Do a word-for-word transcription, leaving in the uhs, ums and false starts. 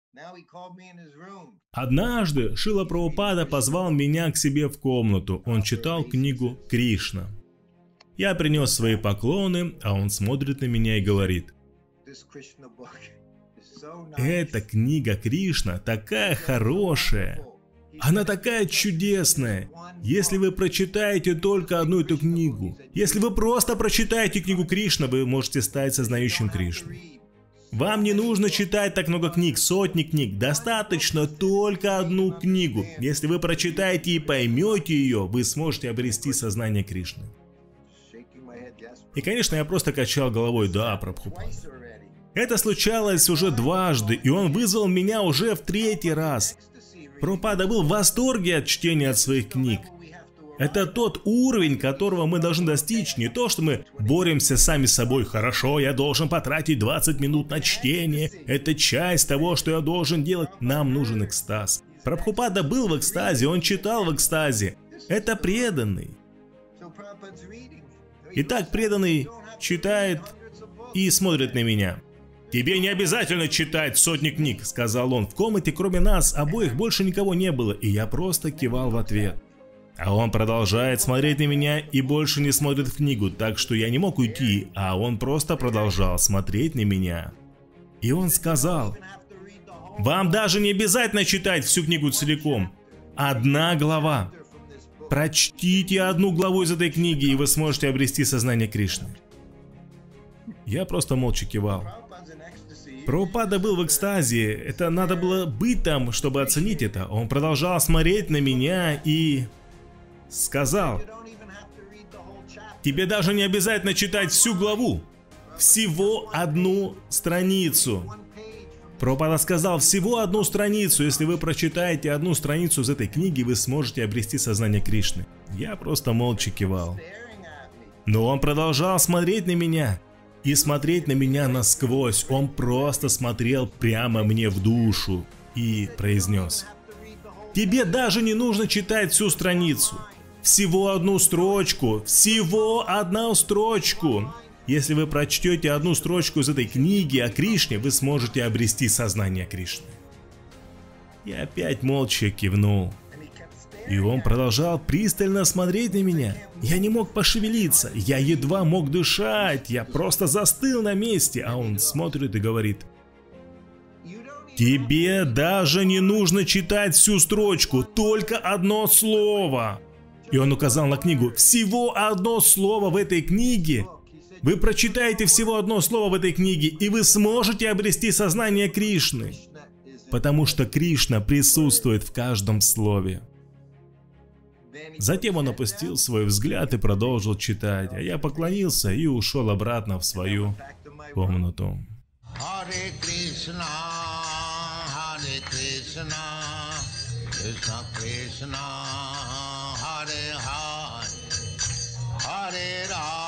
Однажды Шрила Прабхупада позвал меня к себе в комнату. Он читал книгу Кришна. Я принес свои поклоны, а он смотрит на меня и говорит: «Эта книга Кришна такая хорошая, она такая чудесная. Если вы прочитаете только одну эту книгу, если вы просто прочитаете книгу Кришна, вы можете стать сознающим Кришну. Вам не нужно читать так много книг, сотни книг, достаточно только одну книгу. Если вы прочитаете и поймете ее, вы сможете обрести сознание Кришны». И, конечно, я просто качал головой: «Да, Прабхупада». Это случалось уже дважды, и он вызвал меня уже в третий раз. Прабхупада был в восторге от чтения от своих книг. Это тот уровень, которого мы должны достичь, не то, что мы боремся сами с собой. Хорошо, я должен потратить двадцать минут на чтение, это часть того, что я должен делать. Нам нужен экстаз. Прабхупада был в экстазе, он читал в экстазе. Это преданный. Итак, преданный читает и смотрит на меня. «Тебе не обязательно читать сотни книг», — сказал он. В комнате кроме нас обоих больше никого не было, и я просто кивал в ответ. А он продолжает смотреть на меня и больше не смотрит в книгу, так что я не мог уйти, а он просто продолжал смотреть на меня. И он сказал: «Вам даже не обязательно читать всю книгу целиком. Одна глава. Прочтите одну главу из этой книги, и вы сможете обрести сознание Кришны». Я просто молча кивал. Прабхупада был в экстазе, это надо было быть там, чтобы оценить это. Он продолжал смотреть на меня и сказал: «Тебе даже не обязательно читать всю главу, всего одну страницу». Прабхупада сказал: «Всего одну страницу, если вы прочитаете одну страницу из этой книги, вы сможете обрести сознание Кришны». Я просто молча кивал. Но он продолжал смотреть на меня. И смотреть на меня насквозь. Он просто смотрел прямо мне в душу и произнес: «Тебе даже не нужно читать всю страницу. Всего одну строчку. Всего одну строчку. Если вы прочтете одну строчку из этой книги о Кришне, вы сможете обрести сознание Кришны». Я опять молча кивнул. И он продолжал пристально смотреть на меня. Я не мог пошевелиться, я едва мог дышать, я просто застыл на месте, а он смотрит и говорит: «Тебе даже не нужно читать всю строчку, только одно слово». И он указал на книгу. «Всего одно слово в этой книге. Вы прочитаете всего одно слово в этой книге, и вы сможете обрести сознание Кришны». Потому что Кришна присутствует в каждом слове. Затем он опустил свой взгляд и продолжил читать, а я поклонился и ушел обратно в свою комнату. Hare Krishna, Hare Krishna, Krishna Krishna, Hare Hare, Hare Rama.